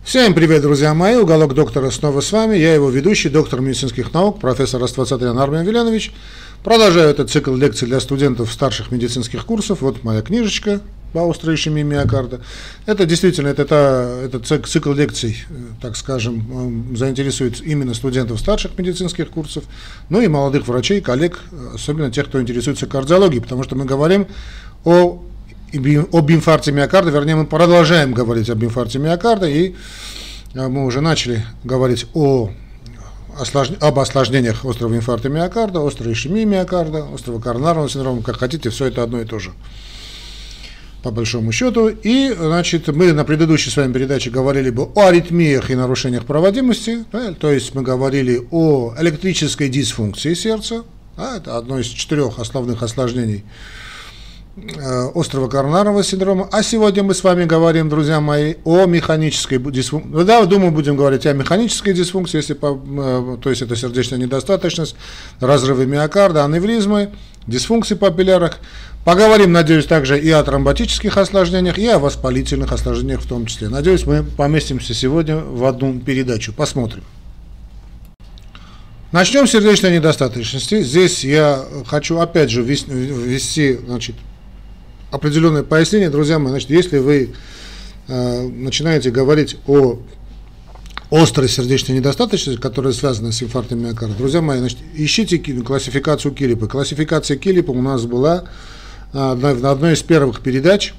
Всем привет, друзья мои, уголок доктора снова с вами, я его ведущий, доктор медицинских наук, профессор Аствацатрян Армен Вилянович. Продолжаю этот цикл лекций для студентов старших медицинских курсов. Вот моя книжечка по острой ишемии миокарда. Это действительно, этот цикл лекций, так скажем, заинтересует именно студентов старших медицинских курсов, ну и молодых врачей, коллег, особенно тех, кто интересуется кардиологией, потому что мы говорим об инфаркте миокарда, вернее, мы продолжаем говорить об инфаркте миокарда, и мы уже начали говорить об осложнениях острого инфаркта миокарда, острой ишемии миокарда, острого коронарного синдрома, как хотите, все это одно и то же, по большому счету. И, значит, мы на предыдущей с вами передаче говорили бы о аритмиях и нарушениях проводимости, да, то есть мы говорили о электрической дисфункции сердца, да, это одно из 4 основных осложнений острого коронарного синдрома. А сегодня мы с вами говорим, друзья мои, о механической дисфункции. Да, думаю, будем говорить о механической дисфункции, то есть это сердечная недостаточность, разрывы миокарда, аневризмы, дисфункции папиллярах. Поговорим, надеюсь, также и о тромботических осложнениях, и о воспалительных осложнениях в том числе. Надеюсь, мы поместимся сегодня в одну передачу. Посмотрим. Начнем с сердечной недостаточности. Здесь я хочу опять же ввести, значит, определенное пояснение, друзья мои. Значит, если вы начинаете говорить о острой сердечной недостаточности, которая связана с инфарктом миокарда, друзья мои, значит, ищите классификацию Килипа. Классификация Килипа у нас была на одной из первых передач.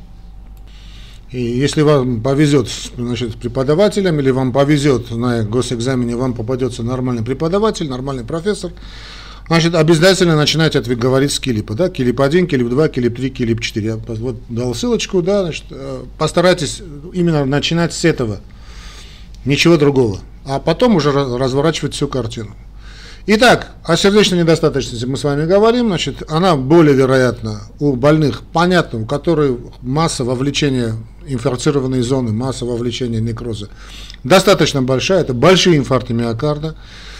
И если вам повезет, значит, с преподавателем, или вам повезет на госэкзамене, вам попадется нормальный преподаватель, нормальный профессор, значит, обязательно начинайте говорить с Килипа, да, Килип 1, Килип 2, Килип 3, Килип 4. Я вот дал ссылочку, да, значит, постарайтесь именно начинать с этого, ничего другого, а потом уже разворачивать всю картину. Итак, о сердечной недостаточности мы с вами говорим, значит, она более вероятна у больных, понятно, у которых масса вовлечения инфарктированной зоны, масса вовлечения некроза достаточно большая, это большие инфаркты миокарда.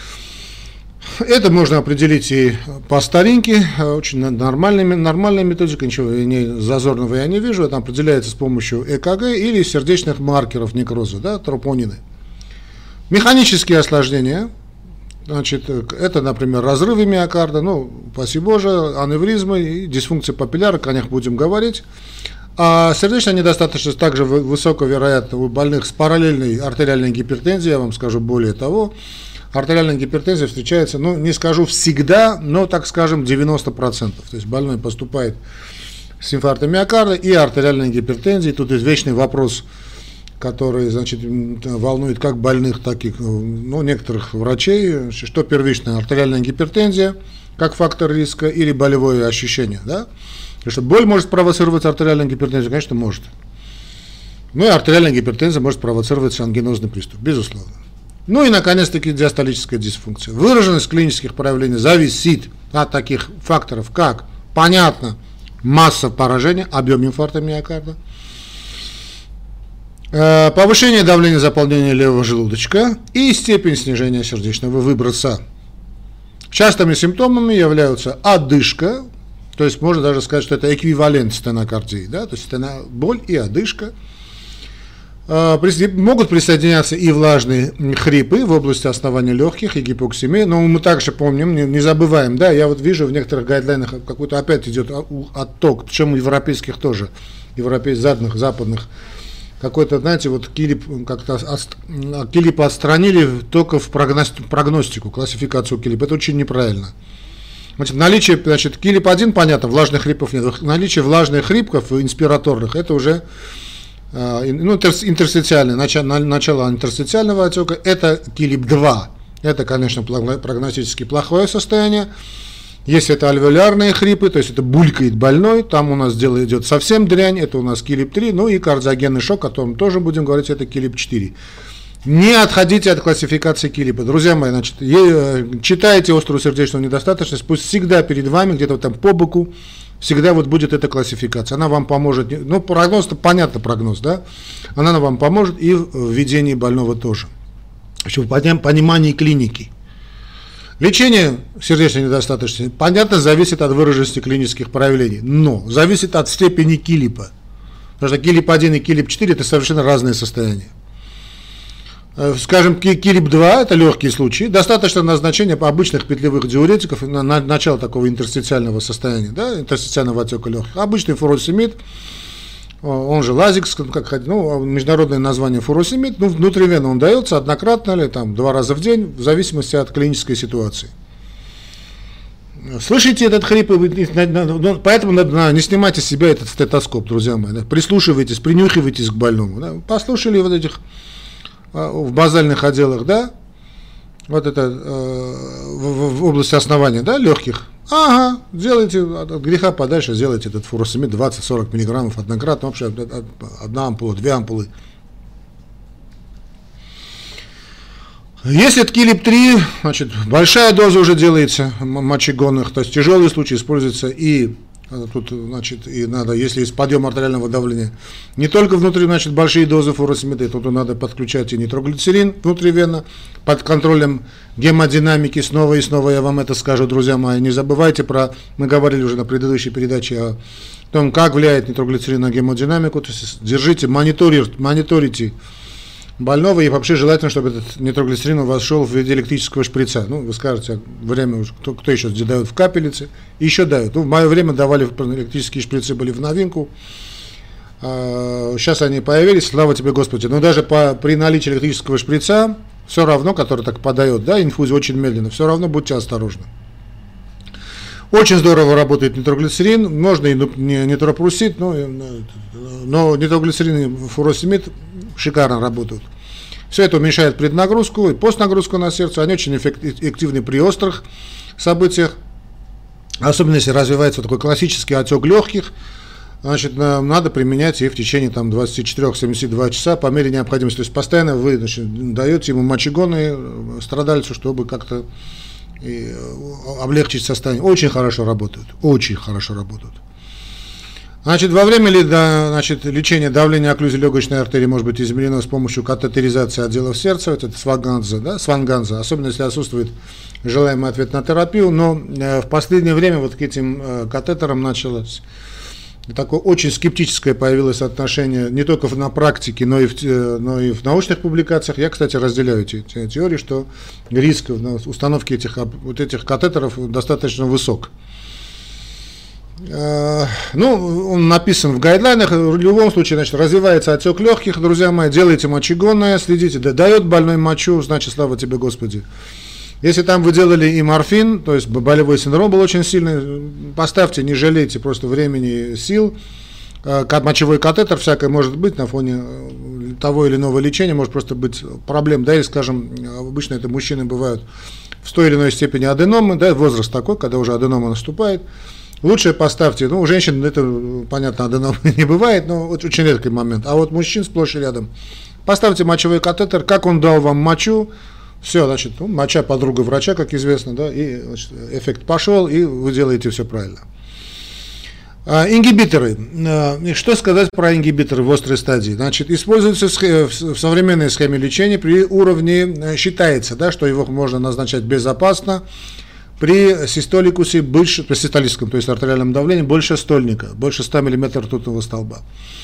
Это можно определить и по старинке, очень нормальной методикой, ничего зазорного я не вижу, это определяется с помощью ЭКГ или сердечных маркеров некроза, да, тропонины. Механические осложнения. Значит, это, например, разрывы миокарда, ну, упаси Боже, аневризмы и дисфункции папилляров, о них будем говорить. А сердечная недостаточность также высоковероятна у больных с параллельной артериальной гипертензией, я вам скажу более того. Артериальная гипертензия встречается, ну, не скажу всегда, но, так скажем, 90%. То есть больной поступает с инфарктом миокарда и артериальной гипертензией. Тут есть вечный вопрос, который, значит, волнует как больных, так и, ну, некоторых врачей, что первичная артериальная гипертензия, как фактор риска, или болевое ощущение, да? Потому что боль может спровоцировать артериальную гипертензию, конечно, может. Ну и артериальная гипертензия может спровоцировать ангинозный приступ, безусловно. Ну и, наконец-таки, диастолическая дисфункция. Выраженность клинических проявлений зависит от таких факторов, как, понятно, масса поражения, объем инфаркта миокарда, повышение давления, заполнения левого желудочка и степень снижения сердечного выброса. Частыми симптомами являются одышка, то есть можно даже сказать, что это эквивалент стенокардии, да, то есть боль и одышка. Могут присоединяться и влажные хрипы в области основания легких и гипоксемия, но мы также помним, не забываем, да, я вот вижу в некоторых гайдлайнах какой-то опять идет отток, причем европейских тоже, западных, какой-то, знаете, вот Килип как-то Килипа отстранили только в прогностику, классификацию Килипа. Это очень неправильно. Значит, наличие, значит, Килип 1, понятно, влажных хрипов нет. Наличие влажных хрипков инспираторных, это уже интерстициальное, начало интерстициального отека, это Килип 2. Это, конечно, прогностически плохое состояние. Если это альвеолярные хрипы, то есть это булькает больной, там у нас дело идет совсем дрянь, это у нас Килип 3, ну и кардиогенный шок, о котором тоже будем говорить, это Килип 4. Не отходите от классификации Килипа. Друзья мои, значит, читайте острую сердечную недостаточность, пусть всегда перед вами, где-то там по боку, всегда вот будет эта классификация. Она вам поможет, ну, прогноз-то, понятно, прогноз, да, она вам поможет и в ведении больного тоже, в понимании клиники. Лечение сердечной недостаточности, понятно, зависит от выраженности клинических проявлений, но зависит от степени Килипа. Потому что Килип 1 и Килип 4 – это совершенно разные состояния. Скажем, Килип-2, это легкие случаи, достаточно назначения обычных петлевых диуретиков на начало такого интерстициального состояния, да, интерстициального отека легких. Обычный фуросемид, он же лазикс, международное название фуросемид, внутривенно он дается однократно или 2 раза в день, в зависимости от клинической ситуации. Слышите этот хрип, поэтому не снимайте с себя этот стетоскоп, друзья мои, да? Прислушивайтесь, принюхивайтесь к больному, да? Послушали вот этих в базальных отделах, да, вот это в области основания, да, легких. Ага, делайте от греха подальше, сделайте этот фуросемид 20-40 миллиграммов однократно, вообще 1 ампула, 2 ампулы. Если это Килип-3, значит, большая доза уже делается мочегонных, то есть тяжелые случаи используются и тут, значит, и надо, если есть подъем артериального давления, не только внутри, значит, большие дозы фуросемида, тут надо подключать и нитроглицерин внутривенно, под контролем гемодинамики, снова и снова я вам это скажу, друзья мои, не забывайте мы говорили уже на предыдущей передаче о том, как влияет нитроглицерин на гемодинамику, то есть держите, мониторите больного, и вообще желательно, чтобы этот нитроглицерин у вас шел в виде электрического шприца. Вы скажете, время уже, кто еще дает в капельнице, еще дают. В мое время давали электрические шприцы, были в новинку. Сейчас они появились, слава тебе, Господи. Но даже при наличии электрического шприца, все равно, который так подает, да, инфузию очень медленно, все равно будьте осторожны. Очень здорово работает нитроглицерин, можно и нитропрусид, но нитроглицерин и фуросемид шикарно работают. Все это уменьшает преднагрузку и постнагрузку на сердце, они очень эффективны при острых событиях, особенно если развивается такой классический отек легких, значит, надо применять и в течение 24-72 часа по мере необходимости, то есть постоянно вы, значит, даете ему мочегонные страдальцу, чтобы как-то облегчить состояние. Очень хорошо работают, очень хорошо работают. Значит, во время лечения давления окклюзии легочной артерии может быть измерено с помощью катетеризации отделов сердца, это сванганза, особенно если отсутствует желаемый ответ на терапию, но в последнее время вот к этим катетерам началось такое очень скептическое появилось отношение не только на практике, но и в научных публикациях. Я, кстати, разделяю эти теории, что риск установки этих катетеров достаточно высок. Он написан в гайдлайнах, в любом случае, значит, развивается отек легких, друзья мои, делайте мочегонное, следите, дает больной мочу, значит, слава тебе, Господи. Если там вы делали и морфин, то есть болевой синдром был очень сильный, поставьте, не жалейте просто времени, сил, мочевой катетер всякое может быть на фоне того или иного лечения, может просто быть проблем, да, или, скажем, обычно это мужчины бывают в той или иной степени аденомы, да, возраст такой, когда уже аденома наступает. Лучше поставьте, у женщин это, понятно, аденомы не бывает, но очень редкий момент, а вот мужчин сплошь и рядом. Поставьте мочевой катетер, как он дал вам мочу, все, значит, моча подруга врача, как известно, да, и, значит, эффект пошел, и вы делаете все правильно. Ингибиторы. Что сказать про ингибиторы в острой стадии? Значит, используются в современной схеме лечения при уровне, считается, да, что его можно назначать безопасно, при систоликусе больше, при систолическом, то есть артериальном давлении, больше стольника, больше 100 мм ртутного столба.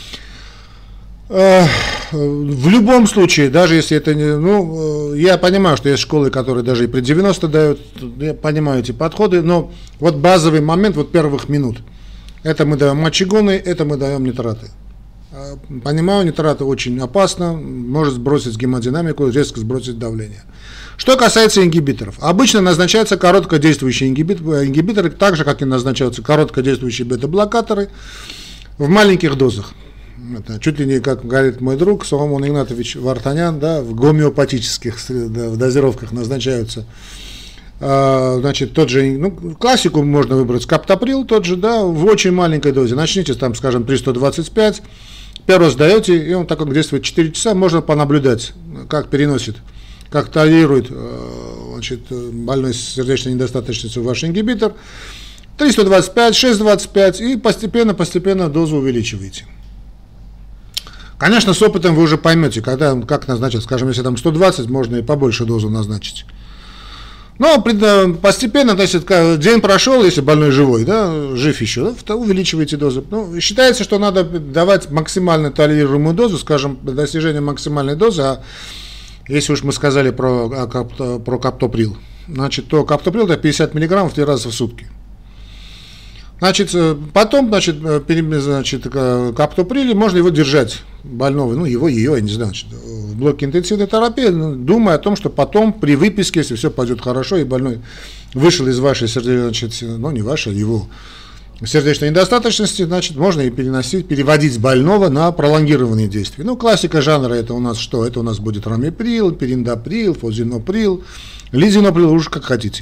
В любом случае, даже если это не, я понимаю, что есть школы, которые даже и при 90 дают, я понимаю эти подходы, но вот базовый момент, вот первых минут, это мы даем мочегоны, это мы даем нитраты. Понимаю, нитраты очень опасно, может сбросить гемодинамику, резко сбросить давление. Что касается ингибиторов, обычно назначаются короткодействующие ингибиторы, так же, как и назначаются короткодействующие бета-блокаторы в маленьких дозах. Это чуть ли не, как говорит мой друг Соломон Игнатович Вартанян, да, в гомеопатических в дозировках назначаются. Значит, тот же, классику можно выбрать, каптоприл, тот же, да, в очень маленькой дозе. Начните там, скажем, при 125, первый раз даете, и он так как действует 4 часа, можно понаблюдать, как переносит, как толерирует, значит, больной с сердечной недостаточностью ваш ингибитор. 325, 625, и постепенно дозу увеличиваете. Конечно, с опытом вы уже поймете, как назначить. Скажем, если там 120, можно и побольше дозу назначить. Но постепенно, то есть день прошел, если больной живой, да, жив еще, да, увеличиваете дозу. Считается, что надо давать максимально толерируемую дозу, скажем, до достижения максимальной дозы, а Если уж мы сказали про каптоприл, значит, то каптоприл это 50 мг 3 раза в сутки. Значит, потом, значит, каптоприле можно его держать, больного, ну, его, ее, я не знаю, значит, в блоке интенсивной терапии, думая о том, что потом при выписке, если все пойдет хорошо, и больной вышел из вашей сердечной, ну, не вашей, его сердечной недостаточности, значит, можно и переводить больного на пролонгированные действия. Ну, классика жанра это у нас что? Это у нас будет рамиприл, периндаприл, фозиноприл, лизиноприл, уж как хотите.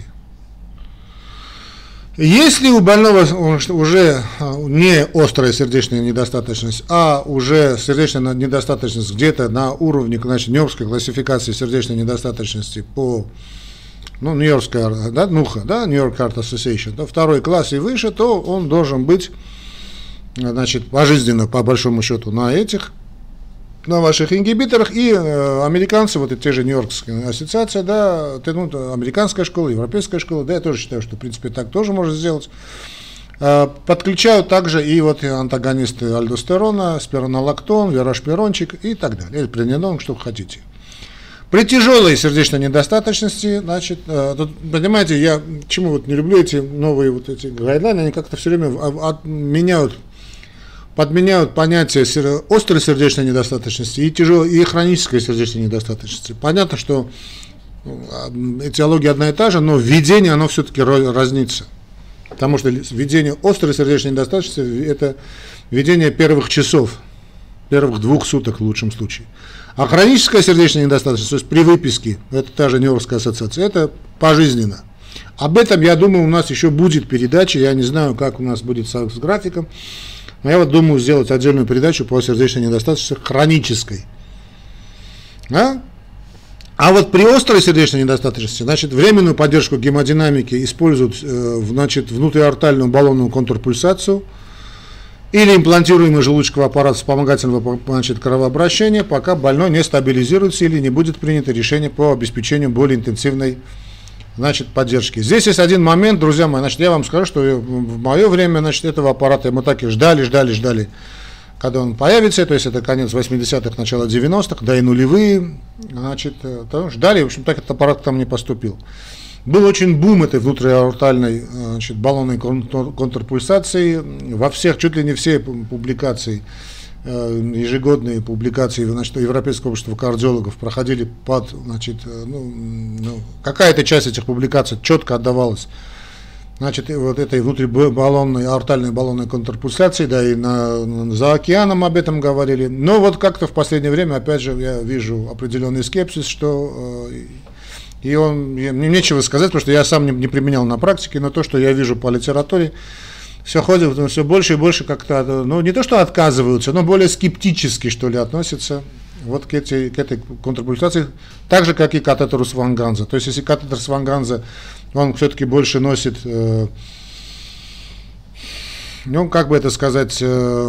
Если у больного уже не острая сердечная недостаточность, а уже сердечная недостаточность где-то на уровне, значит, нью-йоркской классификации сердечной недостаточности по, ну, нью-йоркская, да, НУХА, да, New York Heart Association, да, второй класс и выше, то он должен быть, значит, пожизненно, по большому счету, на ваших ингибиторах, и американцы, вот те же Нью-Йоркская ассоциация, да, ну, американская школа, европейская школа, да, я тоже считаю, что, в принципе, так тоже можно сделать, подключают также и вот антагонисты альдостерона, спиронолактон, вирашпирончик и так далее, или преднинон, что хотите. При тяжелой сердечной недостаточности, значит, тут, понимаете, я чему вот не люблю эти новые вот эти гайдлайны, они как-то все время подменяют понятие острой сердечной недостаточности и тяжелой, и хронической сердечной недостаточности. Понятно, что этиология одна и та же, но введение, оно все-таки разнится. Потому что введение острой сердечной недостаточности – это введение первых часов, первых 2 суток в лучшем случае. А хроническая сердечная недостаточность, то есть при выписке, это та же Нью-Йоркская ассоциация, это пожизненно. Об этом, я думаю, у нас еще будет передача, я не знаю, как у нас будет с графиком. Но я вот думаю сделать отдельную передачу по сердечной недостаточности хронической. А вот при острой сердечной недостаточности, значит, временную поддержку гемодинамики используют, значит, внутриартальную баллонную контрпульсацию или имплантируемый желудочковый аппарат вспомогательного, значит, кровообращения, пока больной не стабилизируется или не будет принято решение по обеспечению более интенсивной, значит, поддержки. Здесь есть один момент, друзья мои, значит, я вам скажу, что в мое время, значит, этого аппарата мы так и ждали, когда он появится, то есть это конец 80-х, начало 90-х, да и нулевые, значит, ждали, в общем, так этот аппарат к нам не поступил. Был очень бум этой внутриаортальной, значит, баллонной контрпульсации, во всех, чуть ли не все публикации, ежегодные публикации, значит, Европейского общества кардиологов проходили под, значит, какая-то часть этих публикаций четко отдавалась, значит, вот этой внутрибаллонной, аортальной баллонной контрпульсации, да, и за океаном об этом говорили, но вот как-то в последнее время, опять же, я вижу определенный скепсис, что, мне нечего сказать, потому что я сам не применял на практике, но то, что я вижу по литературе, все больше и больше как-то, ну, не то что отказываются, но более скептически, что ли, относятся вот к этой контрпульсации, так же, как и катетеру Сванганза. То есть, если катетер Сванганза, он все-таки больше носит, ну, как бы это сказать,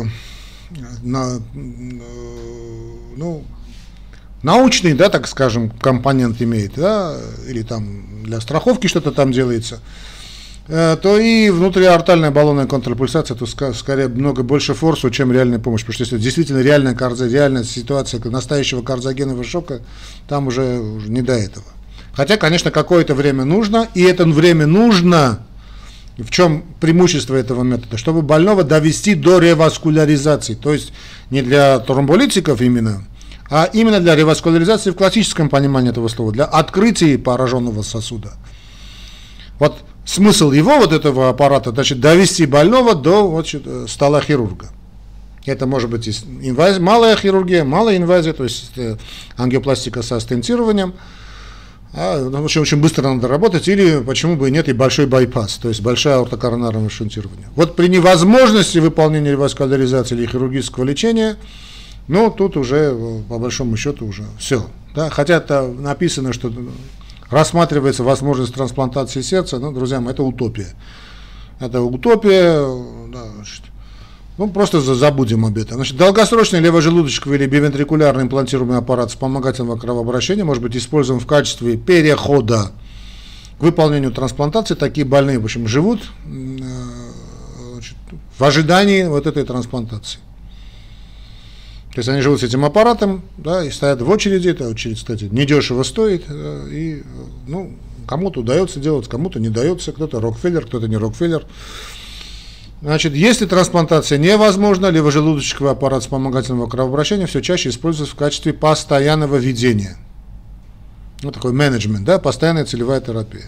научный, да, так скажем, компонент имеет, да, или там для страховки что-то там делается, то и внутриаортальная баллонная контрпульсация, то скорее много больше форсу, чем реальная помощь, потому что если действительно реальная ситуация настоящего кардиогенного шока, там уже не до этого. Хотя, конечно, какое-то время нужно, и это время нужно, в чем преимущество этого метода, чтобы больного довести до реваскуляризации, то есть не для тромболитиков именно, а именно для реваскуляризации в классическом понимании этого слова, для открытия пораженного сосуда. Вот смысл его, вот этого аппарата, значит, довести больного до стола хирурга. Это может быть малая хирургия, малая инвазия, то есть ангиопластика со стентированием. Очень быстро надо работать, или почему бы и нет, и большой байпас, то есть большое аортокоронарное шунтирование. Вот при невозможности выполнения реваскуляризации или хирургического лечения, ну, тут уже, по большому счету, уже все. Да? Хотя это написано, что рассматривается возможность трансплантации сердца, но, друзья мои, это утопия. Это утопия, да, значит, ну, просто забудем об этом. Значит, долгосрочный левожелудочковый или бивентрикулярный имплантируемый аппарат вспомогательного кровообращения может быть использован в качестве перехода к выполнению трансплантации. Такие больные, в общем, живут, значит, в ожидании вот этой трансплантации. То есть они живут с этим аппаратом, да, и стоят в очереди. Эта очередь, кстати, недешево стоит. И, ну, кому-то удается делать, кому-то не дается. Кто-то Рокфеллер, кто-то не Рокфеллер. Значит, если трансплантация невозможна, левожелудочковый аппарат вспомогательного кровообращения все чаще используется в качестве постоянного ведения. Ну, такой менеджмент, да, постоянная целевая терапия.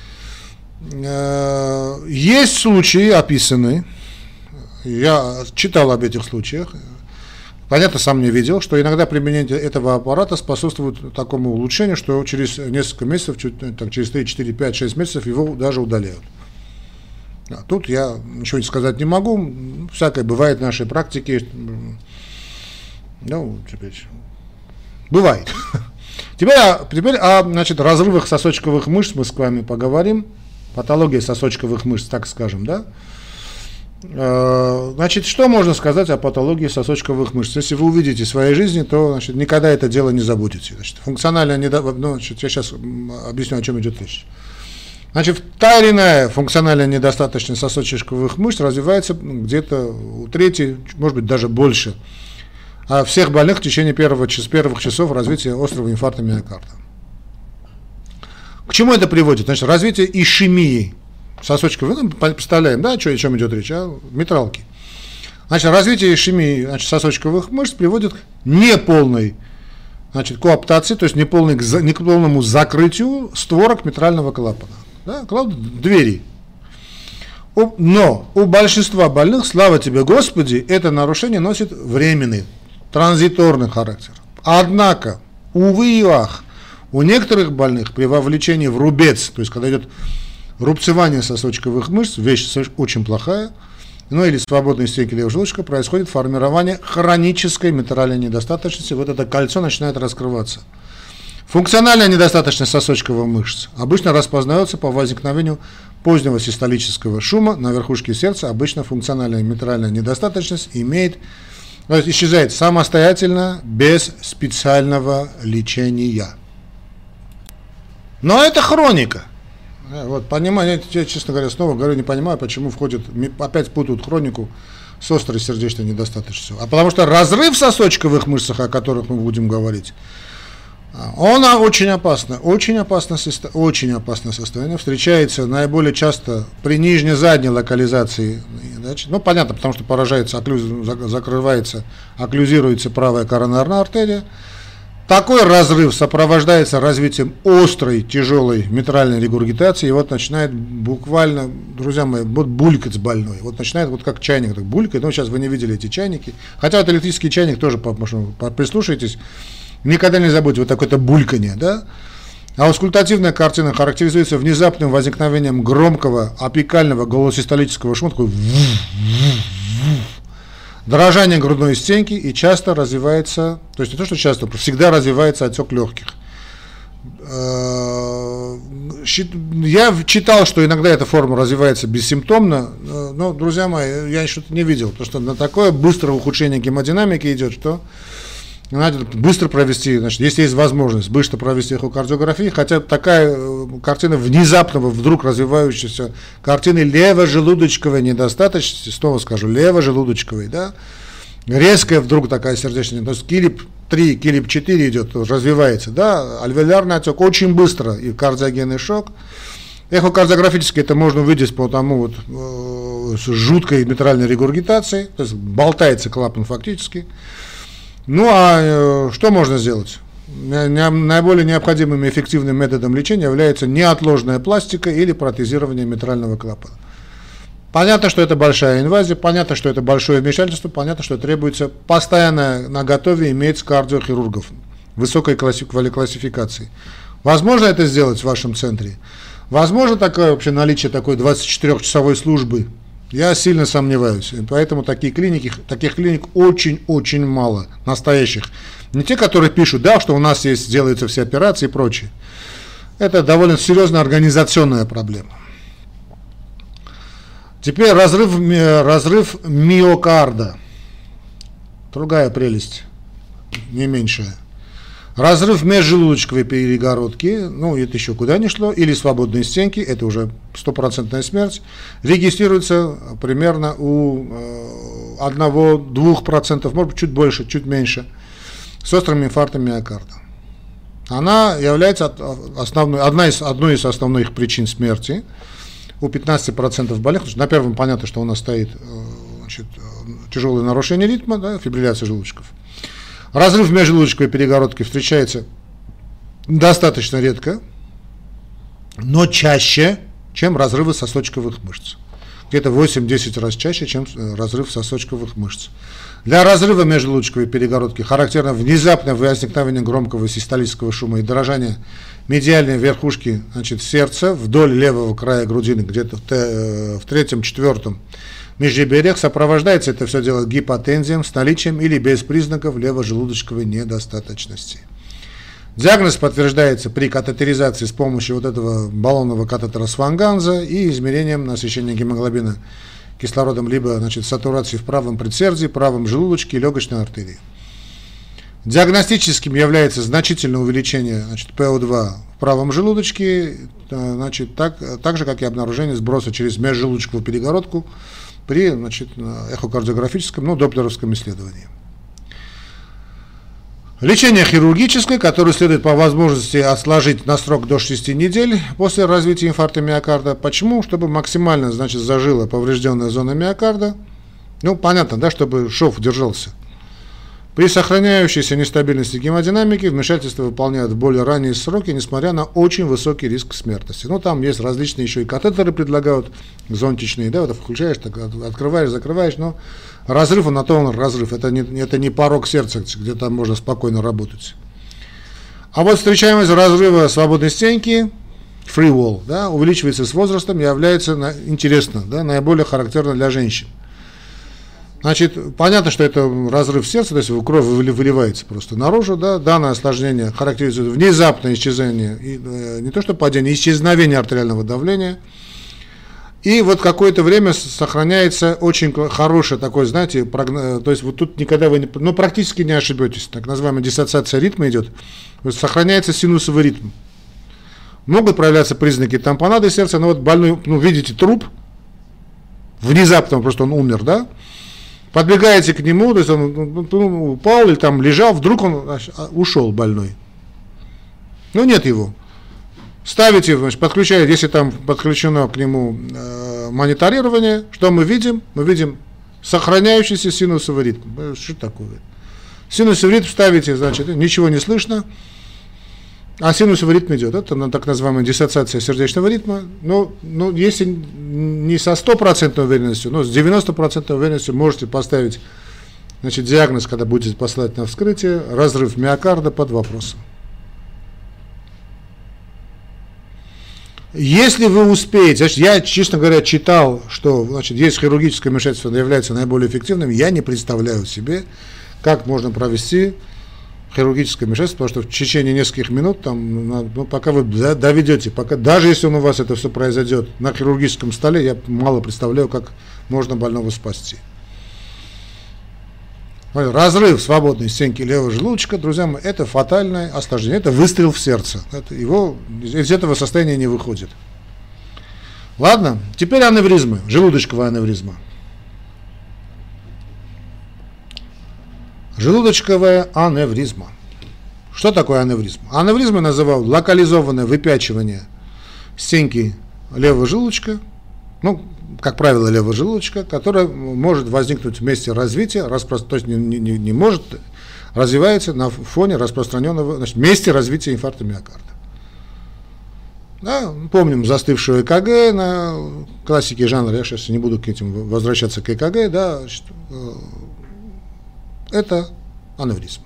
Есть случаи описанные, я читал об этих случаях, понятно, сам не видел, что иногда применение этого аппарата способствует такому улучшению, что через несколько месяцев, через 3, 4, 5, 6 месяцев его даже удаляют. Тут я ничего сказать не могу, всякое бывает в нашей практике, ну, бывает. Теперь значит, разрывах сосочковых мышц мы с вами поговорим, патология сосочковых мышц, так скажем, да. Значит, что можно сказать о патологии сосочковых мышц? Если вы увидите в своей жизни, то, значит, никогда это дело не забудете. Значит, функциональная я сейчас объясню, о чем идет речь. Значит, та или иная функциональная недостаточность сосочковых мышц развивается где-то у трети, может быть, даже больше, а всех больных в течение первых часов развития острого инфаркта миокарда. К чему это приводит? Значит, развитие ишемии сосочковых, ну, представляем, да, о чем идет речь, митралки. Значит, развитие ишемии, значит, сосочковых мышц приводит к неполной, значит, коаптации, то есть неполному закрытию створок митрального клапана. Да, двери. Но у большинства больных, слава тебе Господи, это нарушение носит временный, транзиторный характер. Однако, увы и ах, у некоторых больных при вовлечении в рубец, то есть когда идет рубцевание сосочковых мышц, вещь очень плохая, ну или свободной стенки левого желудочка, происходит формирование хронической митральной недостаточности, вот это кольцо начинает раскрываться. Функциональная недостаточность сосочковых мышц обычно распознается по возникновению позднего систолического шума на верхушке сердца. Обычно функциональная митральная недостаточность исчезает самостоятельно, без специального лечения. Но это хроника. Вот, понимаю, я, честно говоря, снова говорю, не понимаю, почему опять путают хронику с острой сердечной недостаточностью. А потому что разрыв сосочковых мышцах, о которых мы будем говорить, он очень опасное состояние, встречается наиболее часто при нижне-задней локализации, ну понятно, потому что закрывается, окклюзируется правая коронарная артерия. Такой разрыв сопровождается развитием острой, тяжелой митральной регургитации, и вот начинает буквально, друзья мои, вот булькать больной, вот начинает вот как чайник так булькать, но сейчас вы не видели эти чайники, хотя вот электрический чайник тоже, прислушайтесь, никогда не забудьте, вот такое-то бульканье, да? А аускультативная картина характеризуется внезапным возникновением громкого апикального голосистолического шума, такой дрожание грудной стенки, и часто развивается, то есть не то, что часто, всегда развивается отек легких. Я читал, что иногда эта форма развивается бессимптомно, но, друзья мои, я что-то не видел, потому что на такое быстрое ухудшение гемодинамики идет, что надо быстро провести, значит, если есть возможность, быстро провести эхокардиографию, хотя такая картина внезапного, вдруг развивающейся картины левожелудочковой недостаточности, снова скажу, левожелудочковой, да, резкая вдруг такая сердечная, то есть килип 3, килип 4 идет, развивается, да, альвеолярный отек очень быстро и кардиогенный шок. Эхокардиографически это можно увидеть по тому вот с жуткой митральной регургитацией, то есть болтается клапан фактически. Ну а что можно сделать? Наиболее необходимым и эффективным методом лечения является неотложная пластика или протезирование митрального клапана. Понятно, что это большая инвазия, понятно, что это большое вмешательство, понятно, что требуется постоянно наготове иметь кардиохирургов высокой классификации. Возможно это сделать в вашем центре? Возможно вообще наличие такой 24-часовой службы? Я сильно сомневаюсь, поэтому таких клиник очень-очень мало, настоящих. Не те, которые пишут, да, что у нас есть, делаются все операции и прочее. Это довольно серьезная организационная проблема. Теперь разрыв миокарда. Другая прелесть, не меньшая. Разрыв межжелудочковой перегородки, ну это еще куда ни шло, или свободные стенки, это уже стопроцентная смерть, регистрируется примерно у 1-2%, может быть чуть больше, чуть меньше, с острым инфарктом миокарда. Она является одной из основных причин смерти у 15% больных. На первом понятно, что у нас стоит тяжелое нарушение ритма, да, фибрилляция желудочков. Разрыв межжелудочковой перегородки встречается достаточно редко, но чаще, чем разрывы сосочковых мышц. Где-то 8-10 раз чаще, чем разрыв сосочковых мышц. Для разрыва межжелудочковой перегородки характерно внезапное возникновение громкого систолического шума и дрожание медиальной верхушки, сердца вдоль левого края грудины, где-то в 3-4 межреберьях. Сопровождается это все дело гипотензией с наличием или без признаков левожелудочковой недостаточности. Диагноз подтверждается при катетеризации с помощью вот этого баллонного катетера Сванганза и измерением насыщения гемоглобина кислородом, либо сатурации в правом предсердии, правом желудочке и легочной артерии. Диагностическим является значительное увеличение ПО2 в правом желудочке, так же, как и обнаружение сброса через межжелудочковую перегородку при эхокардиографическом, доплеровском исследовании. Лечение хирургическое, которое следует по возможности отложить на срок до 6 недель после развития инфаркта миокарда. Почему? Чтобы максимально, зажила поврежденная зона миокарда. Понятно, да, чтобы шов держался. При сохраняющейся нестабильности гемодинамики вмешательство выполняют в более ранние сроки, несмотря на очень высокий риск смертности. Там есть различные еще и катетеры предлагают, зонтичные, да, вот включаешь, так, открываешь, закрываешь, но разрыв, на то он разрыв, это не порог сердца, где там можно спокойно работать. А вот встречаемость разрыва свободной стенки, free wall, да, увеличивается с возрастом и является, интересно, да, наиболее характерно для женщин. Понятно, что это разрыв сердца, то есть кровь выливается просто наружу, да, данное осложнение характеризует внезапное исчезновение, не то что падение, исчезновение артериального давления, и вот какое-то время сохраняется очень хороший такой, то есть вот тут никогда вы практически не ошибетесь, так называемая диссоциация ритма идет, сохраняется синусовый ритм. Могут проявляться признаки тампонады сердца, но вот больной, видите труп, внезапно просто он умер, да, подбегаете к нему, то есть он упал или там лежал, вдруг он ушел больной. Нет его. Ставите, подключаете, если там подключено к нему мониторирование, что мы видим? Мы видим сохраняющийся синусовый ритм. Что такое? Синусовый ритм ставите, ничего не слышно, а синусовый ритм идет. Это так называемая диссоциация сердечного ритма. Но если не со 100% уверенностью, но с 90% уверенностью можете поставить диагноз, когда будете посылать на вскрытие, разрыв миокарда под вопросом. Если вы успеете, я, честно говоря, читал, что есть хирургическое вмешательство, является наиболее эффективным, я не представляю себе, как можно провести хирургическое вмешательство, потому что в течение нескольких минут, пока вы доведете, даже если у вас это все произойдет на хирургическом столе, я мало представляю, как можно больного спасти. Разрыв свободной стенки левого желудочка, друзья мои, это фатальное осложнение, это выстрел в сердце. Из этого состояния не выходит. Ладно, теперь аневризмы, желудочковая аневризма. Желудочковая аневризма. Что такое аневризма? Аневризмой называют локализованное выпячивание стенки левого желудочка, как правило, левого желудочка, которое может возникнуть в месте развития, то есть не может, развивается на фоне распространенного, месте развития инфаркта миокарда. Да, помним застывшую ЭКГ на классике жанра, я сейчас не буду к этим возвращаться к ЭКГ, да, это аневризма.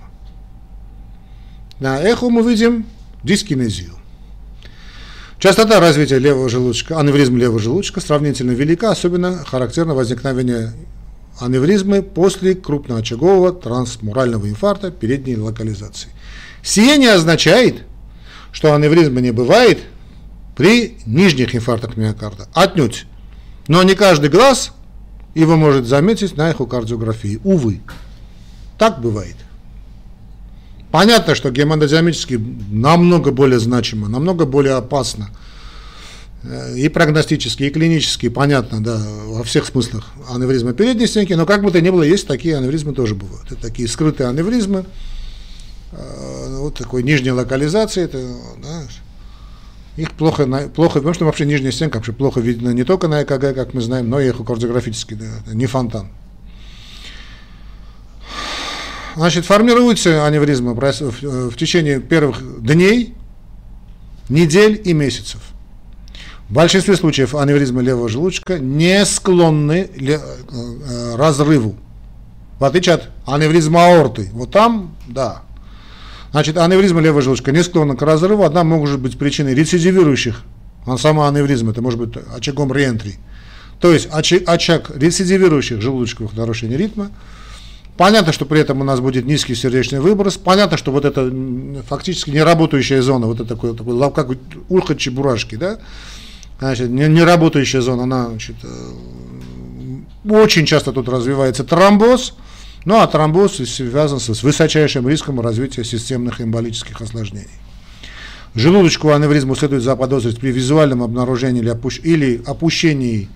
На эхо мы видим дискинезию. Частота развития левого желудочка, аневризм левого желудочка сравнительно велика, особенно характерно возникновение аневризмы после крупноочагового трансмурального инфаркта передней локализации. Сие не означает, что аневризмы не бывает при нижних инфарктах миокарда. Отнюдь. Но не каждый глаз его может заметить на эхокардиографии. Увы. Так бывает. Понятно, что гемодинамически намного более значимо, намного более опасно. И прогностически, и клинически, понятно, да, во всех смыслах аневризма передней стенки, но как бы то ни было, есть такие аневризмы тоже бывают. Это такие скрытые аневризмы, вот такой нижней локализации, это, да, их плохо, потому что вообще нижняя стенка вообще плохо видно не только на ЭКГ, как мы знаем, но и эхокардиографически, да, не фонтан. Значит, формируются аневризмы в течение первых дней, недель и месяцев. В большинстве случаев аневризмы левого желудочка не склонны к разрыву, в отличие от аневризма аорты. Вот там, да. Значит, аневризма левого желудочка не склонна к разрыву, одна может быть причиной рецидивирующих, сама аневризма, это может быть очагом реентри. То есть очаг рецидивирующих желудочковых нарушений ритма. Понятно, что при этом у нас будет низкий сердечный выброс. Понятно, что вот это фактически неработающая зона, вот это такой как ухо чебурашки, да? Значит, неработающая зона, она, значит, очень часто тут развивается тромбоз, ну а тромбоз связан с высочайшим риском развития системных эмболических осложнений. Желудочковую аневризму следует заподозрить при визуальном обнаружении или опущении,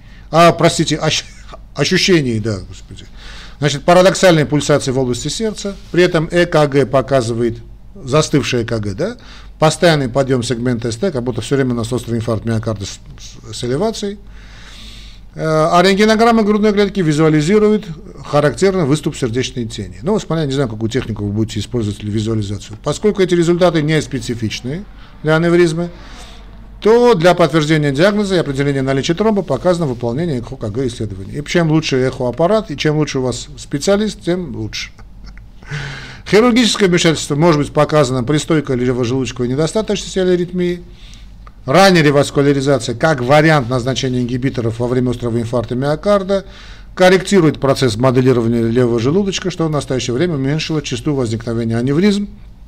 ощущении, да, господи. Значит, парадоксальные пульсации в области сердца, при этом ЭКГ показывает, застывшее ЭКГ, да, постоянный подъем сегмента СТ, как будто все время у нас острый инфаркт миокарда с элевацией. А рентгенограмма грудной клетки визуализирует характерный выступ сердечной тени. Ну, смотря, не знаю, какую технику вы будете использовать для визуализацию. Поскольку эти результаты не специфичны для аневризмы, то для подтверждения диагноза и определения наличия тромба показано выполнение ЭКГ исследований. И чем лучше эхоаппарат, и чем лучше у вас специалист, тем лучше. Хирургическое вмешательство может быть показано при стойкой левожелудочковой недостаточности или аритмии. Ранняя реваскуляризация, как вариант назначения ингибиторов во время острого инфаркта миокарда, корректирует процесс моделирования левого желудочка, что в настоящее время уменьшило частоту возникновения аневризм.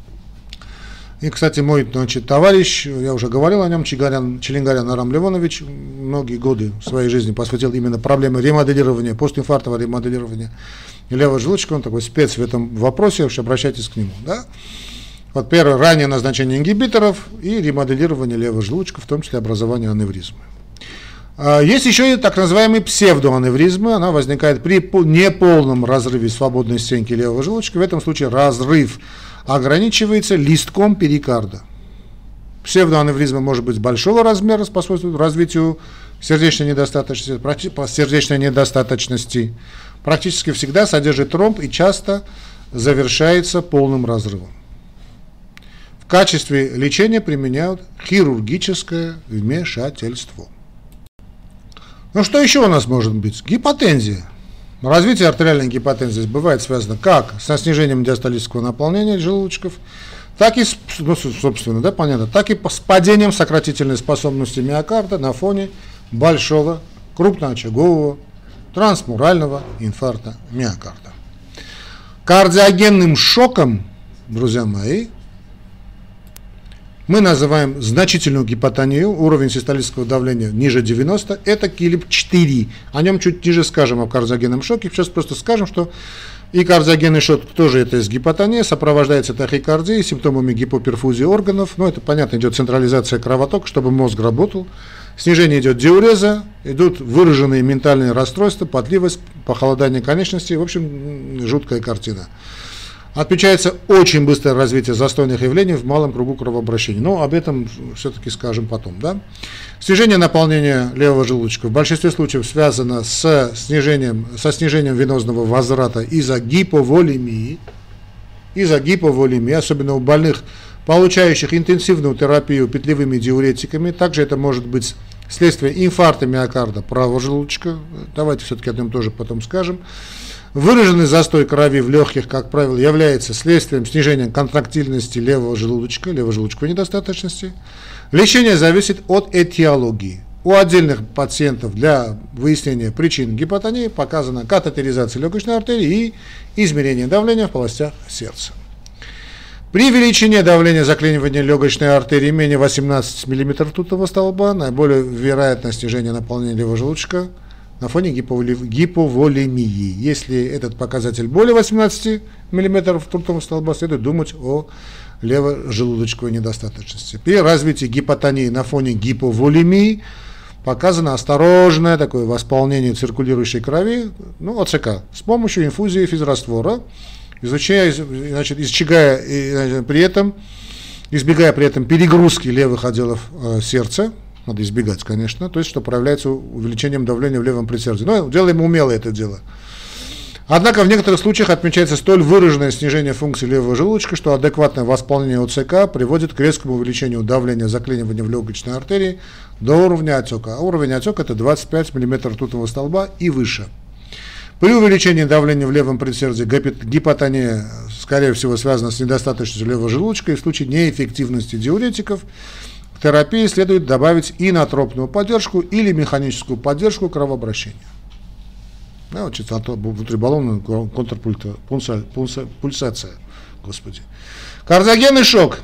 И, кстати, мой, значит, товарищ, я уже говорил о нем, Челенгарян Арам Левонович, многие годы своей жизни посвятил именно проблеме ремоделирования, постинфарктового ремоделирования левого желудочка. Он такой спец в этом вопросе, уж обращайтесь к нему. Да? Вот первое, раннее назначение ингибиторов и ремоделирование левого желудочка, в том числе образование аневризмы. Есть еще и так называемые псевдоаневризмы, она возникает при неполном разрыве свободной стенки левого желудочка, в этом случае разрыв ограничивается листком перикарда. Псевдоаневризма может быть большого размера, способствует развитию сердечной недостаточности, практически всегда содержит тромб и часто завершается полным разрывом. В качестве лечения применяют хирургическое вмешательство. Ну что еще у нас может быть? Гипотензия. Развитие артериальной гипотензии бывает связано как со снижением диастолического наполнения желудочков, так и, собственно, да, понятно, так и с падением сократительной способности миокарда на фоне большого крупноочагового трансмурального инфаркта миокарда. Кардиогенным шоком, друзья мои, мы называем значительную гипотонию, уровень систолического давления ниже 90, это Килип-4. О нем чуть ниже скажем, о кардиогенном шоке. Сейчас просто скажем, что и кардиогенный шок тоже это из гипотонии, сопровождается тахикардией, симптомами гипоперфузии органов. Ну, это понятно, идет централизация кровотока, чтобы мозг работал. Снижение идет диуреза, идут выраженные ментальные расстройства, потливость, похолодание конечностей. В общем, жуткая картина. Отмечается очень быстрое развитие застойных явлений в малом кругу кровообращения. Но об этом все-таки скажем потом. Да? Снижение наполнения левого желудочка в большинстве случаев связано со снижением венозного возврата из-за гиповолемии, особенно у больных, получающих интенсивную терапию петлевыми диуретиками. Также это может быть следствие инфаркта миокарда правого желудочка. Давайте все-таки о нем тоже потом скажем. Выраженный застой крови в легких, как правило, является следствием снижения контрактильности левого желудочка, левожелудочковой недостаточности. Лечение зависит от этиологии. У отдельных пациентов для выяснения причин гипотонии показана катетеризация легочной артерии и измерение давления в полостях сердца. При величине давления заклинивания легочной артерии менее 18 мм ртутного столба наиболее вероятно снижение наполнения левого желудочка на фоне гиповолемии. Если этот показатель более 18 мм ртутного столба, следует думать о левожелудочковой недостаточности. При развитии гипотонии на фоне гиповолемии показано осторожное такое восполнение циркулирующей крови, ОЦК, с помощью инфузии физраствора, избегая при этом перегрузки левых отделов сердца, надо избегать, конечно, то есть, что проявляется увеличением давления в левом предсердии. Но делаем умело это дело. Однако в некоторых случаях отмечается столь выраженное снижение функции левого желудочка, что адекватное восполнение ОЦК приводит к резкому увеличению давления заклинивания в легочной артерии до уровня отека. А уровень отека это 25 мм ртутного столба и выше. При увеличении давления в левом предсердии гипотония, скорее всего, связана с недостаточностью левого желудочка, и в случае неэффективности диуретиков к терапии следует добавить инотропную поддержку или механическую поддержку кровообращения. Внутрибаллонная контрпульсация. Господи. Кардиогенный шок,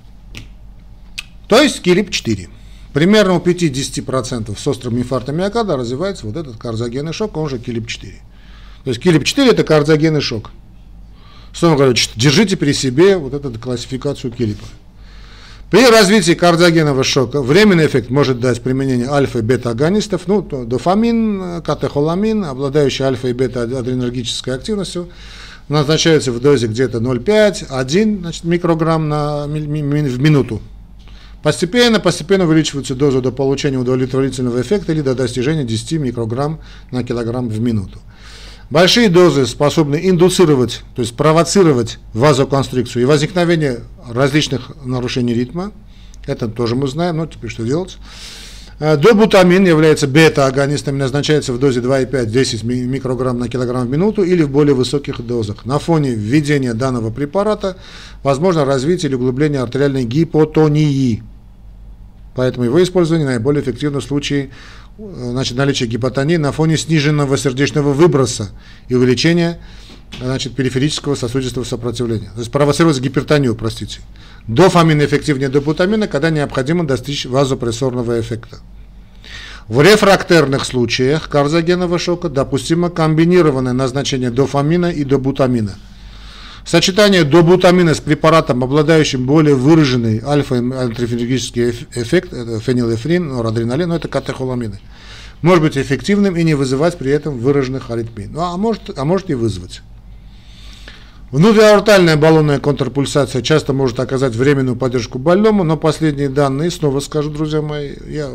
то есть КИЛИП-4. Примерно у 5-10% с острым инфарктом миокарда развивается вот этот кардиогенный шок, он же КИЛИП-4. То есть КИЛИП-4 это кардиогенный шок. Снова говорю, держите при себе вот эту классификацию КИЛИПа. При развитии кардиогенного шока временный эффект может дать применение альфа и бета-агонистов, дофамин, катехоламин, обладающий альфа и бета-адренергической активностью, назначаются в дозе где-то 0,5-1 микрограмм в минуту. Постепенно увеличивается доза до получения удовлетворительного эффекта или до достижения 10 микрограмм на килограмм в минуту. Большие дозы способны индуцировать, то есть провоцировать вазоконстрикцию и возникновение различных нарушений ритма. Это тоже мы знаем, но теперь что делать? Добутамин является бета-агонистом и назначается в дозе 2,5-10 микрограмм на килограмм в минуту или в более высоких дозах. На фоне введения данного препарата возможно развитие или углубление артериальной гипотонии. Поэтому его использование наиболее эффективно в случае наличия гипотонии на фоне сниженного сердечного выброса и увеличения периферического сосудистого сопротивления. То есть провоцировать гипертонию, Дофамин эффективнее добутамина, когда необходимо достичь вазопрессорного эффекта. В рефрактерных случаях кардиогенного шока допустимо комбинированное назначение дофамина и добутамина. Сочетание добутамина с препаратом, обладающим более выраженный альфа-антифренергический эффект, это фенилэфрин, норадреналин, это катехоламины, может быть эффективным и не вызывать при этом выраженных аритмий. А может и вызвать. Внутриаортальная баллонная контрпульсация часто может оказать временную поддержку больному, но последние данные, снова скажу, друзья мои, я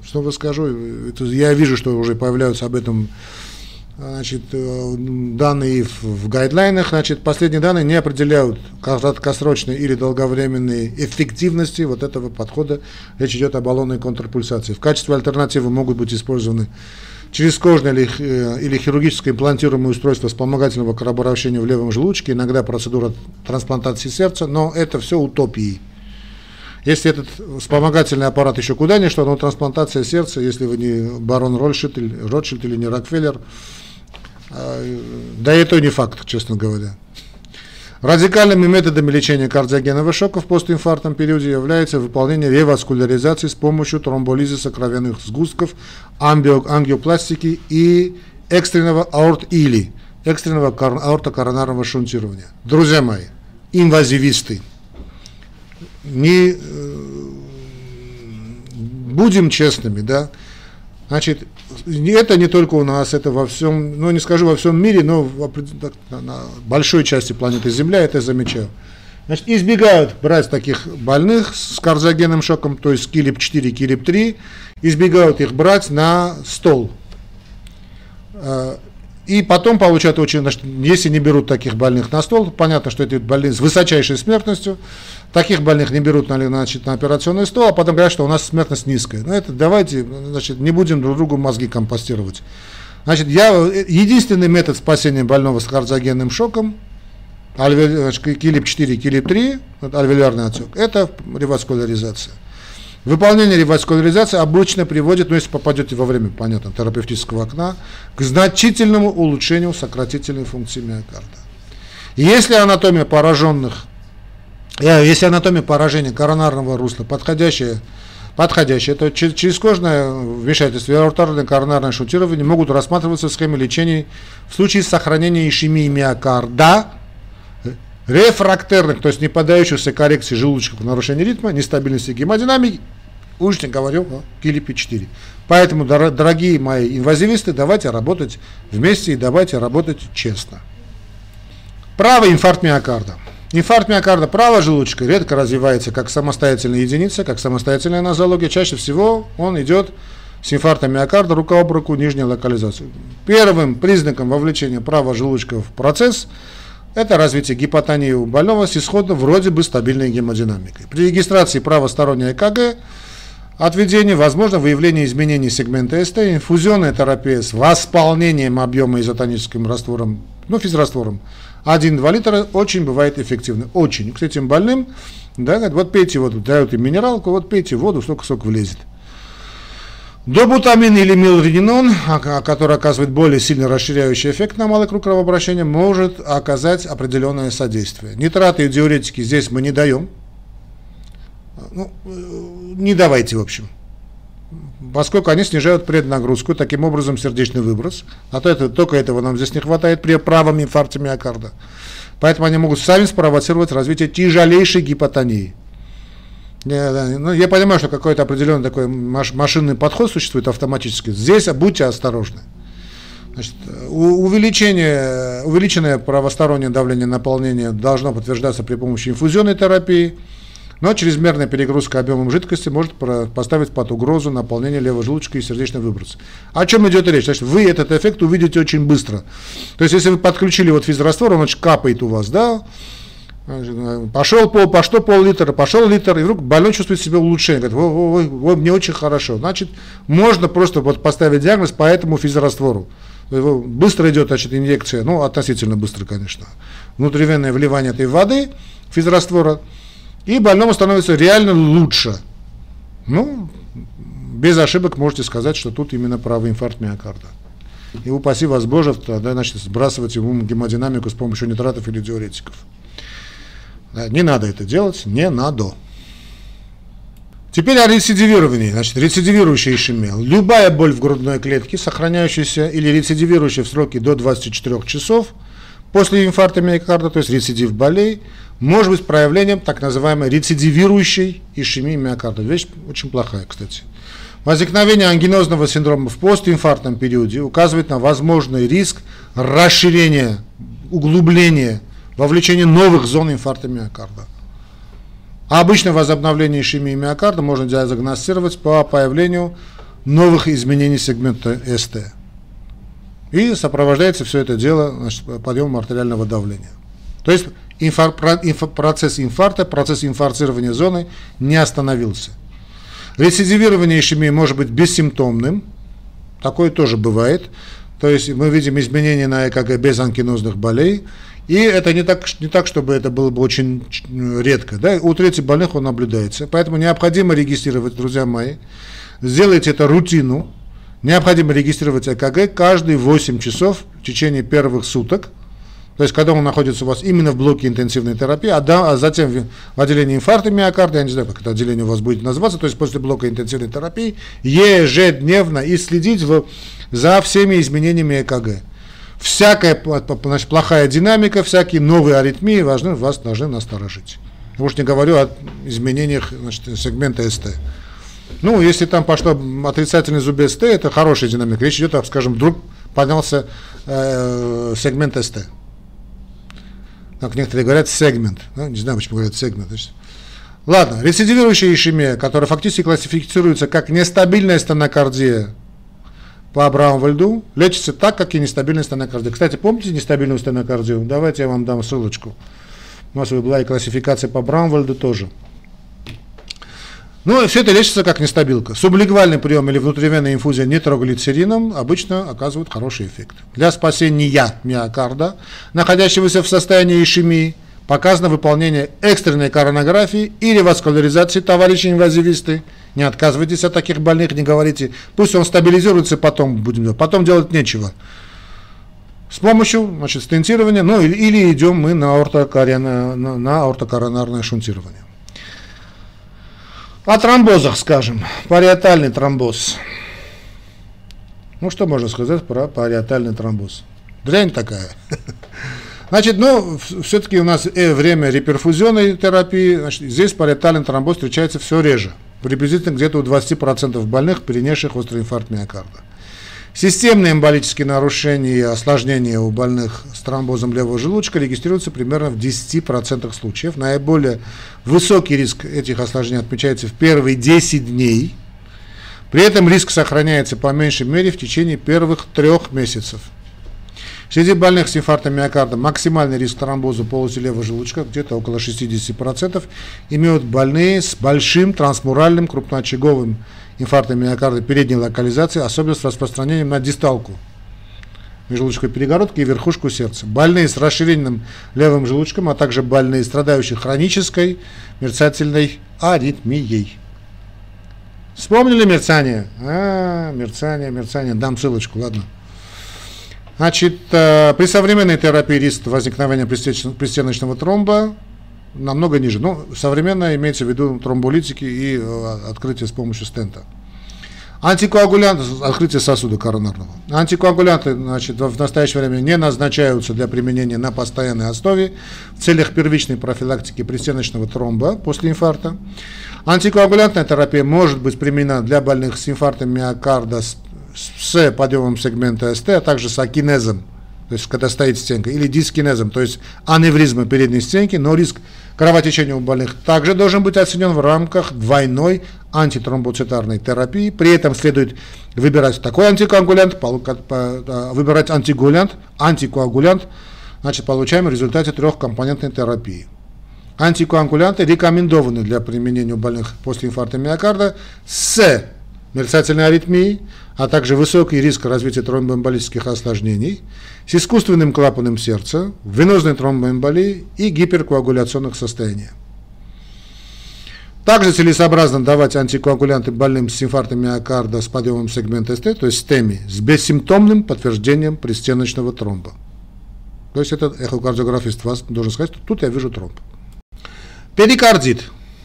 вижу, что уже появляются об этом данные в гайдлайнах, последние данные не определяют краткосрочной или долговременной эффективности вот этого подхода. Речь идет о баллонной контрпульсации. В качестве альтернативы могут быть использованы черезкожное или хирургическое имплантируемое устройство вспомогательного кровообращения в левом желудочке, иногда процедура трансплантации сердца, но это все утопии. Если этот вспомогательный аппарат еще куда ни шло, но трансплантация сердца, если вы не барон Ротшильд или не Рокфеллер, да и это не факт, честно говоря. Радикальными методами лечения кардиогенного шока в постинфарктном периоде является выполнение реваскуляризации с помощью тромболизиса кровяных сгустков, ангиопластики и экстренного аортокоронарного шунтирования. Друзья мои, инвазивисты, будем честными, да? Это не только у нас, это во всем, не скажу во всем мире, но на большой части планеты Земля это замечаю. Избегают брать таких больных с кардиогенным шоком, то есть КИЛИП-4, КИЛИП-3, избегают их брать на стол. И потом получают если не берут таких больных на стол, понятно, что это больные с высочайшей смертностью, таких больных не берут на операционный стол, а потом говорят, что у нас смертность низкая. Давайте, не будем друг другу мозги компостировать. Единственный метод спасения больного с кардиогенным шоком, КИЛИП-4, КИЛИП-3, альвеолярный отек, это реваскуляризация. Выполнение реваскуляризации обычно приводит, если попадете во время, понятно, терапевтического окна, к значительному улучшению сократительной функции миокарда. Если анатомия поражения коронарного русла подходящая подходящие. Это черезкожное вмешательство и аортарное коронарное шунтирование могут рассматриваться в схеме лечения в случае сохранения ишемии миокарда, рефрактерных, то есть не поддающихся коррекции желудочков, нарушения ритма, нестабильности гемодинамики, уж не говорю о КИЛИПе-4. Поэтому, дорогие мои инвазивисты, давайте работать вместе и давайте работать честно. Правый инфаркт миокарда. Инфаркт миокарда правого желудочка редко развивается как самостоятельная единица, как самостоятельная нозология. Чаще всего он идет с инфарктом миокарда рука об руку, нижняя локализация. Первым признаком вовлечения правого желудочка в процесс это развитие гипотонии у больного с исходно вроде бы стабильной гемодинамикой. При регистрации правосторонней ЭКГ отведение, возможно выявление изменений сегмента СТ, инфузионная терапия с восполнением объема изотоническим раствором, физраствором 1-2 литра очень бывает эффективно. Очень. К этим больным, да, вот пейте воду, дают им минералку, вот пейте воду, сколько влезет. Добутамин или милрининон, который оказывает более сильно расширяющий эффект на малый круг кровообращения, может оказать определенное содействие. Нитраты и диуретики здесь мы не даем. Не давайте, в общем. Поскольку они снижают преднагрузку, таким образом сердечный выброс. А то только этого нам здесь не хватает при правом инфаркте миокарда. Поэтому они могут сами спровоцировать развитие тяжелейшей гипотонии. Я понимаю, что какой-то определенный такой машинный подход существует автоматически. Здесь будьте осторожны. Значит, увеличенное правостороннее давление наполнения должно подтверждаться при помощи инфузионной терапии, но чрезмерная перегрузка объемом жидкости может поставить под угрозу наполнение левого желудочка и сердечный выброс. О чем идет речь? Значит, вы этот эффект увидите очень быстро. То есть, если вы подключили физраствор, он капает у вас, да, пошел пол-литра, пошел литр, и вдруг больной чувствует себя улучшение, говорит, ой, мне очень хорошо. Значит, можно просто поставить диагноз по этому физраствору. Быстро идет, инъекция, относительно быстро, конечно, внутривенное вливание этой воды, физраствора, и больному становится реально лучше. Без ошибок можете сказать, что тут именно правый инфаркт миокарда. И упаси вас Боже, тогда, сбрасывать ему гемодинамику с помощью нитратов или диуретиков. Не надо это делать, не надо. Теперь о рецидивировании. Рецидивирующая ишемия. Любая боль в грудной клетке, сохраняющаяся или рецидивирующая в сроке до 24 часов после инфаркта миокарда, то есть рецидив болей, может быть проявлением так называемой рецидивирующей ишемии миокарда. Вещь очень плохая, кстати. Возникновение ангинозного синдрома в постинфарктном периоде указывает на возможный риск расширения, углубления, вовлечения новых зон инфаркта миокарда. А обычно возобновление ишемии миокарда можно диагностировать по появлению новых изменений сегмента СТ. И сопровождается все это дело подъемом артериального давления. То есть процесс инфаркта, процесс инфарцирования зоны не остановился. Рецидивирование ишемии может быть бессимптомным, такое тоже бывает. То есть мы видим изменения на ЭКГ без анкинозных болей. И это не так, чтобы это было бы очень редко. Да? У трети больных он наблюдается. Поэтому необходимо регистрировать, друзья мои, сделайте это рутину. Необходимо регистрировать ЭКГ каждые 8 часов в течение первых суток. То есть, когда он находится у вас именно в блоке интенсивной терапии, а затем в отделении инфаркта миокарда, я не знаю, как это отделение у вас будет называться, то есть после блока интенсивной терапии, ежедневно и следить за всеми изменениями ЭКГ. Всякая плохая динамика, всякие новые аритмии вас должны насторожить. Я уж не говорю о изменениях сегмента СТ. Если там пошло отрицательный зубец СТ, это хорошая динамика. Речь идет, скажем, вдруг поднялся сегмент СТ. Как некоторые говорят, сегмент. Не знаю, почему говорят сегмент. Ладно, рецидивирующая ишемия, которая фактически классифицируется как нестабильная стенокардия по Браунвальду, лечится так, как и нестабильная стенокардия. Кстати, помните нестабильную стенокардию? Давайте я вам дам ссылочку. У нас была и классификация по Браунвальду тоже. И все это лечится как нестабилка. Сублингвальный прием или внутривенная инфузия нитроглицерином обычно оказывают хороший эффект. Для спасения миокарда, находящегося в состоянии ишемии, показано выполнение экстренной коронографии и реваскуляризации, товарищи инвазивисты. Не отказывайтесь от таких больных, не говорите, пусть он стабилизируется, потом будем делать. Потом делать нечего. С помощью стентирования, или идем мы на аортокоронарное шунтирование. О тромбозах скажем. Париетальный тромбоз. Ну, что можно сказать про париетальный тромбоз? Дрянь такая. Значит, ну, все-таки у нас время реперфузионной терапии. Значит, здесь париетальный тромбоз встречается все реже. Приблизительно где-то у 20% больных, перенесших острый инфаркт миокарда. Системные эмболические нарушения и осложнения у больных с тромбозом левого желудочка регистрируются примерно в 10% случаев. Наиболее высокий риск этих осложнений отмечается в первые 10 дней. При этом риск сохраняется по меньшей мере в течение первых 3 месяцев. Среди больных с инфарктом миокарда максимальный риск тромбоза полости левого желудочка, где-то около 60%, имеют больные с большим трансмуральным крупноочаговым инфарктом миокарда передней локализации, особенно с распространением на дисталку межжелудочковой перегородки и верхушку сердца. Больные с расширенным левым желудочком, а также больные, страдающие хронической мерцательной аритмией. Вспомнили мерцание? Мерцание, дам ссылочку, ладно. Значит, при современной терапии риск возникновения пристеночного тромба намного ниже. Ну, современная имеется в виду тромболитики и открытие с помощью стента. Антикоагулянты, открытие сосуда коронарного. Антикоагулянты, значит, в настоящее время не назначаются для применения на постоянной основе в целях первичной профилактики пристеночного тромба после инфаркта. Антикоагулянтная терапия может быть применена для больных с инфарктом миокарда с подъемом сегмента СТ, а также с акинезом, то есть когда стоит стенка, или дискинезом, то есть аневризма передней стенки, но риск кровотечения у больных также должен быть оценен в рамках двойной антитромбоцитарной терапии. При этом следует выбирать такой антикоагулянт, выбирать антикоагулянт, значит, получаем в результате 3-компонентной терапии. Антикоагулянты рекомендованы для применения у больных после инфаркта миокарда с мерцательной аритмией, а также высокий риск развития тромбоэмболических осложнений, с искусственным клапаном сердца, венозной тромбоэмболией и гиперкоагуляционных состояний. Также целесообразно давать антикоагулянты больным с инфарктом миокарда с подъемом сегмента СТ, то есть СТЭМИ, с бессимптомным подтверждением пристеночного тромба. То есть это эхокардиографист вас должен сказать, что тут я вижу тромб. Перикардит.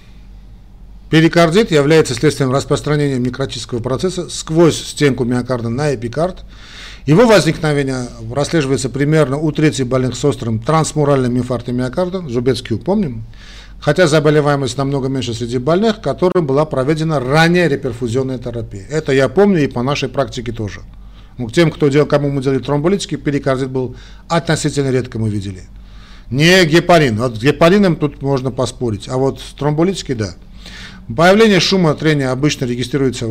Перикардит является следствием распространения некротического процесса сквозь стенку миокарда на эпикард. Его возникновение прослеживается примерно у трети больных с острым трансмуральным инфарктом миокарда, Жубецкий, помним, хотя заболеваемость намного меньше среди больных, которым была проведена ранее реперфузионная терапия. Это я помню и по нашей практике тоже. Ну, тем, кому мы делали тромболитики, перикардит был относительно редко, мы видели. Не гепарин, вот с гепарином тут можно поспорить, а вот тромболитики, да. Появление шума трения обычно регистрируется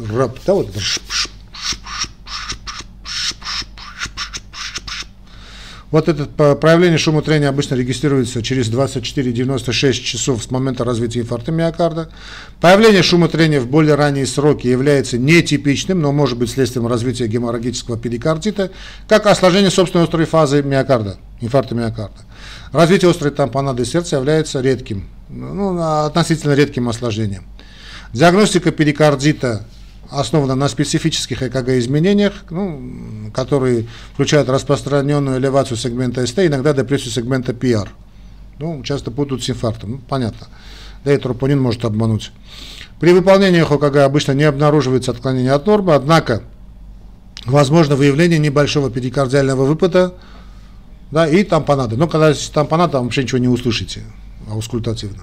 вот это проявление шума трения обычно регистрируется через 24-96 часов с момента развития инфаркта миокарда. Появление шума трения в более ранние сроки является нетипичным, но может быть следствием развития геморрагического перикардита, как осложнение собственной острой фазы миокарда, инфаркта миокарда. Развитие острой тампонады сердца является редким, относительно редким осложнением. Диагностика перикардита основана на специфических ЭКГ-изменениях, которые включают распространенную элевацию сегмента СТ, иногда депрессию сегмента PR. Часто путают с инфарктом, понятно. Да и тропонин может обмануть. При выполнении ЭКГ обычно не обнаруживается отклонение от нормы, однако возможно выявление небольшого перикардиального выпада, да, и тампонады. Но когда тампонада, вы вообще ничего не услышите аускультативно.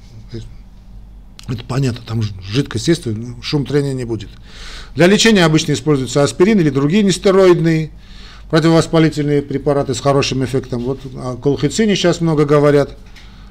Это понятно, там жидкость есть, шум трения не будет. Для лечения обычно используются аспирин или другие нестероидные противовоспалительные препараты с хорошим эффектом. Вот о колхицине сейчас много говорят.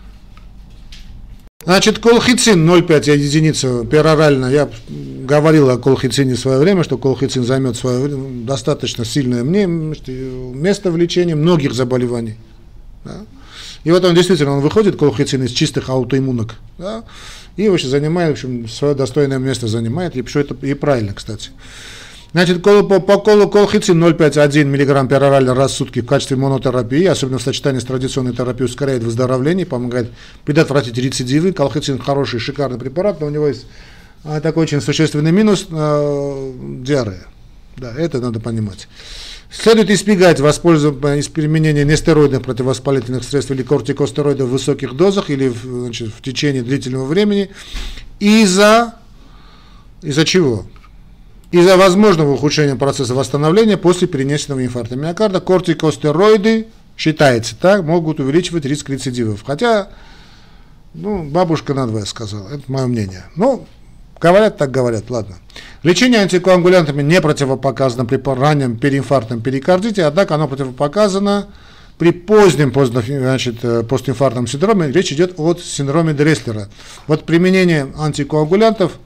Значит, колхицин 0,5 единица перорально. Я говорил о колхицине в свое время, что колхицин займет свое достаточно сильное место в лечении многих заболеваний. Да? И вот он действительно выходит, колхицин, из чистых аутоиммунок, да? И вообще занимает, в общем, свое достойное место занимает, и что это и правильно, кстати. Значит, по колхицин 0,5-1 мг перорально раз в сутки в качестве монотерапии, особенно в сочетании с традиционной терапией, ускоряет выздоровление, помогает предотвратить рецидивы. Колхицин хороший, шикарный препарат, но у него есть такой очень существенный минус – диарея. Да, это надо понимать. Следует избегать применения нестероидных противовоспалительных средств или кортикостероидов в высоких дозах или в течение длительного времени. Из-за чего? Из-за возможного ухудшения процесса восстановления после перенесенного инфаркта миокарда. Кортикостероиды, считается так, могут увеличивать риск рецидивов. Хотя, бабушка надвое сказала, это мое мнение. Говорят, так говорят, ладно. Лечение антикоагулянтами не противопоказано при раннем переинфарктном перикардите, однако оно противопоказано при позднем постинфарктном синдроме. Речь идет о синдроме Дресслера. Вот применение антикоагулянтов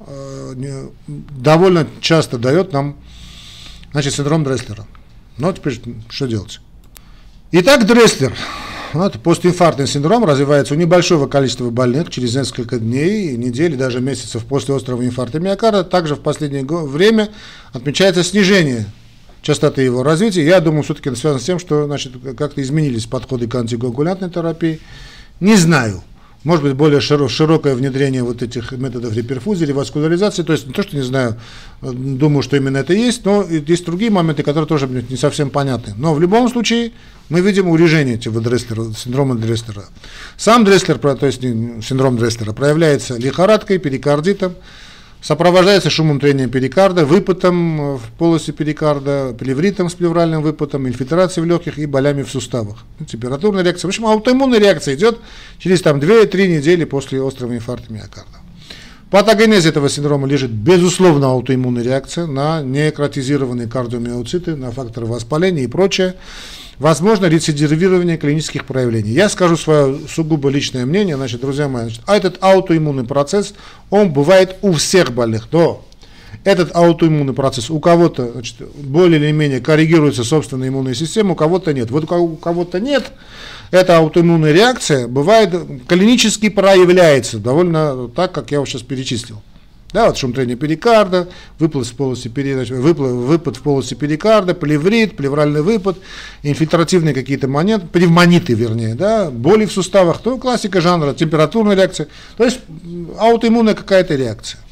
довольно часто дает нам синдром Дресслера. Теперь что делать? Итак, Дресслер. Постинфарктный синдром развивается у небольшого количества больных через несколько дней, недель, даже месяцев после острого инфаркта миокарда. Также в последнее время отмечается снижение частоты его развития. Я думаю, все-таки это связано с тем, что как-то изменились подходы к антикоагулянтной терапии. Не знаю. Может быть, более широкое внедрение вот этих методов реперфузии или васкуляризации. То есть не то, что не знаю, думаю, что именно это есть, но есть другие моменты, которые тоже не совсем понятны. Но в любом случае мы видим урежение этого Дресслера, синдрома Дресслера. Сам Дресслер, то есть синдром Дресслера, проявляется лихорадкой, перикардитом, сопровождается шумом трения перикарда, выпотом в полости перикарда, плевритом с плевральным выпотом, инфильтрацией в легких и болями в суставах. Температурная реакция. В общем, аутоиммунная реакция идет через 2-3 недели после острого инфаркта миокарда. В патогенезе этого синдрома лежит, безусловно, аутоиммунная реакция на некротизированные кардиомиоциты, на факторы воспаления и прочее. Возможно рецидивирование клинических проявлений. Я скажу свое сугубо личное мнение, друзья мои, этот аутоиммунный процесс, он бывает у всех больных, но этот аутоиммунный процесс у кого-то более или менее коррегируется собственная иммунная система, у кого-то нет. Вот у кого-то нет, эта аутоиммунная реакция бывает, клинически проявляется довольно так, как я вот сейчас перечислил. Да, вот шум трения перикарда, выпад в полости перикарда, плеврит, плевральный выпад, инфильтративные какие-то моменты, пневмониты, вернее, да, боли в суставах, классика жанра, температурная реакция, то есть аутоиммунная какая-то реакция.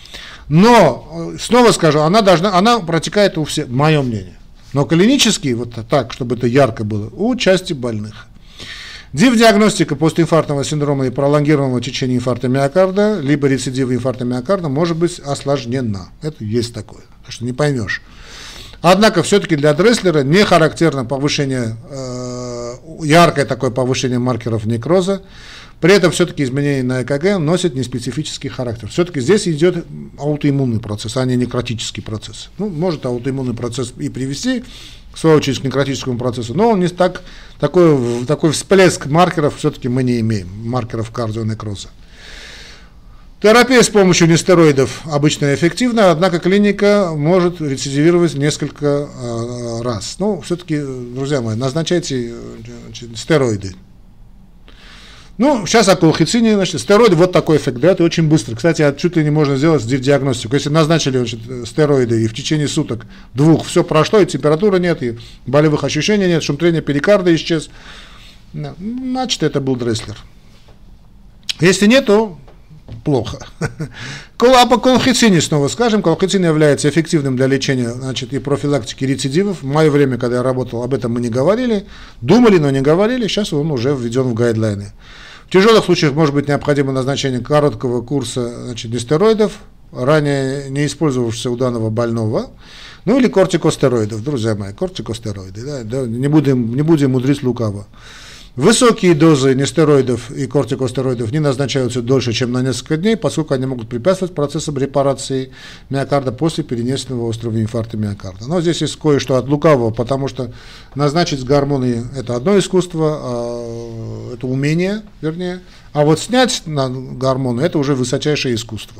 Но, снова скажу, она протекает у всех, мое мнение, но клинически, вот так, чтобы это ярко было, у части больных. Диагностика постинфарктного синдрома и пролонгированного течения инфаркта миокарда, либо рецидива инфаркта миокарда может быть осложнена. Это есть такое, так что не поймешь. Однако все-таки для Дресслера не характерно повышение, яркое такое повышение маркеров некроза. При этом все-таки изменения на ЭКГ носят неспецифический характер. Все-таки здесь идет аутоиммунный процесс, а не некротический процесс. Может аутоиммунный процесс и привести, в свою очередь, к некротическому процессу, но он не такой всплеск маркеров все-таки мы не имеем, маркеров кардионекроза. Терапия с помощью нестероидов обычно эффективна, однако клиника может рецидивировать несколько раз. Все-таки, друзья мои, назначайте стероиды. Сейчас о колхицине, стероиды, вот такой эффект дает, и очень быстро. Кстати, чуть ли не можно сделать диагностику. Если назначили стероиды, и в течение суток, 2, все прошло, и температуры нет, и болевых ощущений нет, шум трения перикарда исчез, значит, это был Дресслер. Если нет, то плохо. А по колхицине снова скажем, колхицин является эффективным для лечения, и профилактики рецидивов. В мое время, когда я работал, об этом мы не говорили, думали, но не говорили, сейчас он уже введен в гайдлайны. В тяжелых случаях может быть необходимо назначение короткого курса нестероидов, ранее не использовавшихся у данного больного, или кортикостероидов, друзья мои, кортикостероиды, да, не будем мудрить лукаво. Высокие дозы нестероидов и кортикостероидов не назначаются дольше, чем на несколько дней, поскольку они могут препятствовать процессам репарации миокарда после перенесенного острого инфаркта миокарда. Но здесь есть кое-что от лукавого, потому что назначить гормоны – это одно искусство, это умение, вернее, а вот снять гормоны – это уже высочайшее искусство.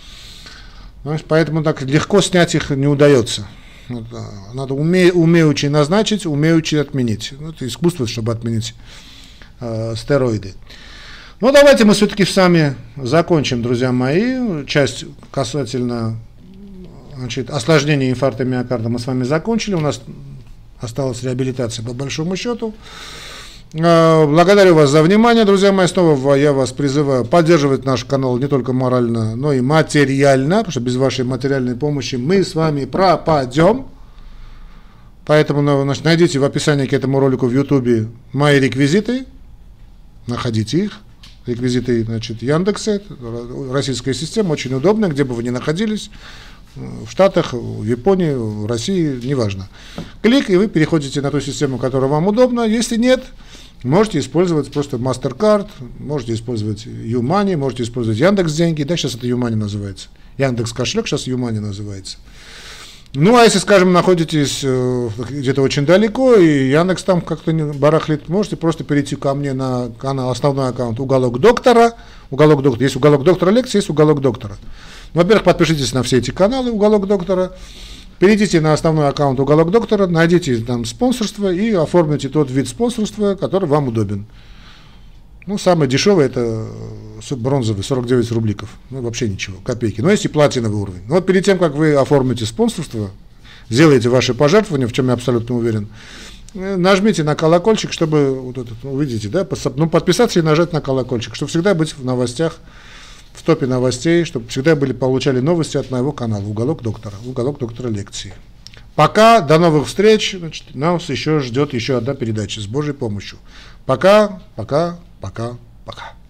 Поэтому так легко снять их не удается. Надо умеючи назначить, умеючи отменить. Это искусство, чтобы отменить стероиды. Давайте мы все-таки сами закончим, друзья мои. Часть касательно осложнения инфаркта миокарда мы с вами закончили. У нас осталась реабилитация по большому счету. Благодарю вас за внимание, друзья мои. Снова я вас призываю поддерживать наш канал не только морально, но и материально, потому что без вашей материальной помощи мы с вами пропадем. Поэтому найдите в описании к этому ролику в YouTube мои реквизиты, находите их, реквизиты, значит, Яндекса, российская система, очень удобная, где бы вы ни находились, в Штатах, в Японии, в России, неважно. Клик, и вы переходите на ту систему, которая вам удобна. Если нет, можете использовать просто MasterCard, можете использовать YouMoney, можете использовать Яндекс.Деньги, да, сейчас это YouMoney называется. Яндекс кошелек сейчас YouMoney называется. Ну, а если, скажем, находитесь где-то очень далеко, и Яндекс там как-то барахлит, можете просто перейти ко мне на канал, основной аккаунт «Уголок доктора». «Уголок доктора». Есть «Уголок доктора» лекции, есть «Уголок доктора». Во-первых, подпишитесь на все эти каналы «Уголок доктора», перейдите на основной аккаунт «Уголок доктора», найдите там спонсорство и оформите тот вид спонсорства, который вам удобен. Ну, самое дешевое это бронзовый, 49 рубликов. Ну, вообще ничего, копейки. Но есть и платиновый уровень. Но вот перед тем, как вы оформите спонсорство, сделаете ваши пожертвования, в чем я абсолютно уверен, нажмите на колокольчик, чтобы, вот этот, ну, видите, да, подписаться и нажать на колокольчик, чтобы всегда быть в новостях, в топе новостей, чтобы всегда получали новости от моего канала «Уголок доктора лекции». Пока, до новых встреч, значит, нас ждет еще одна передача с Божьей помощью. Пока.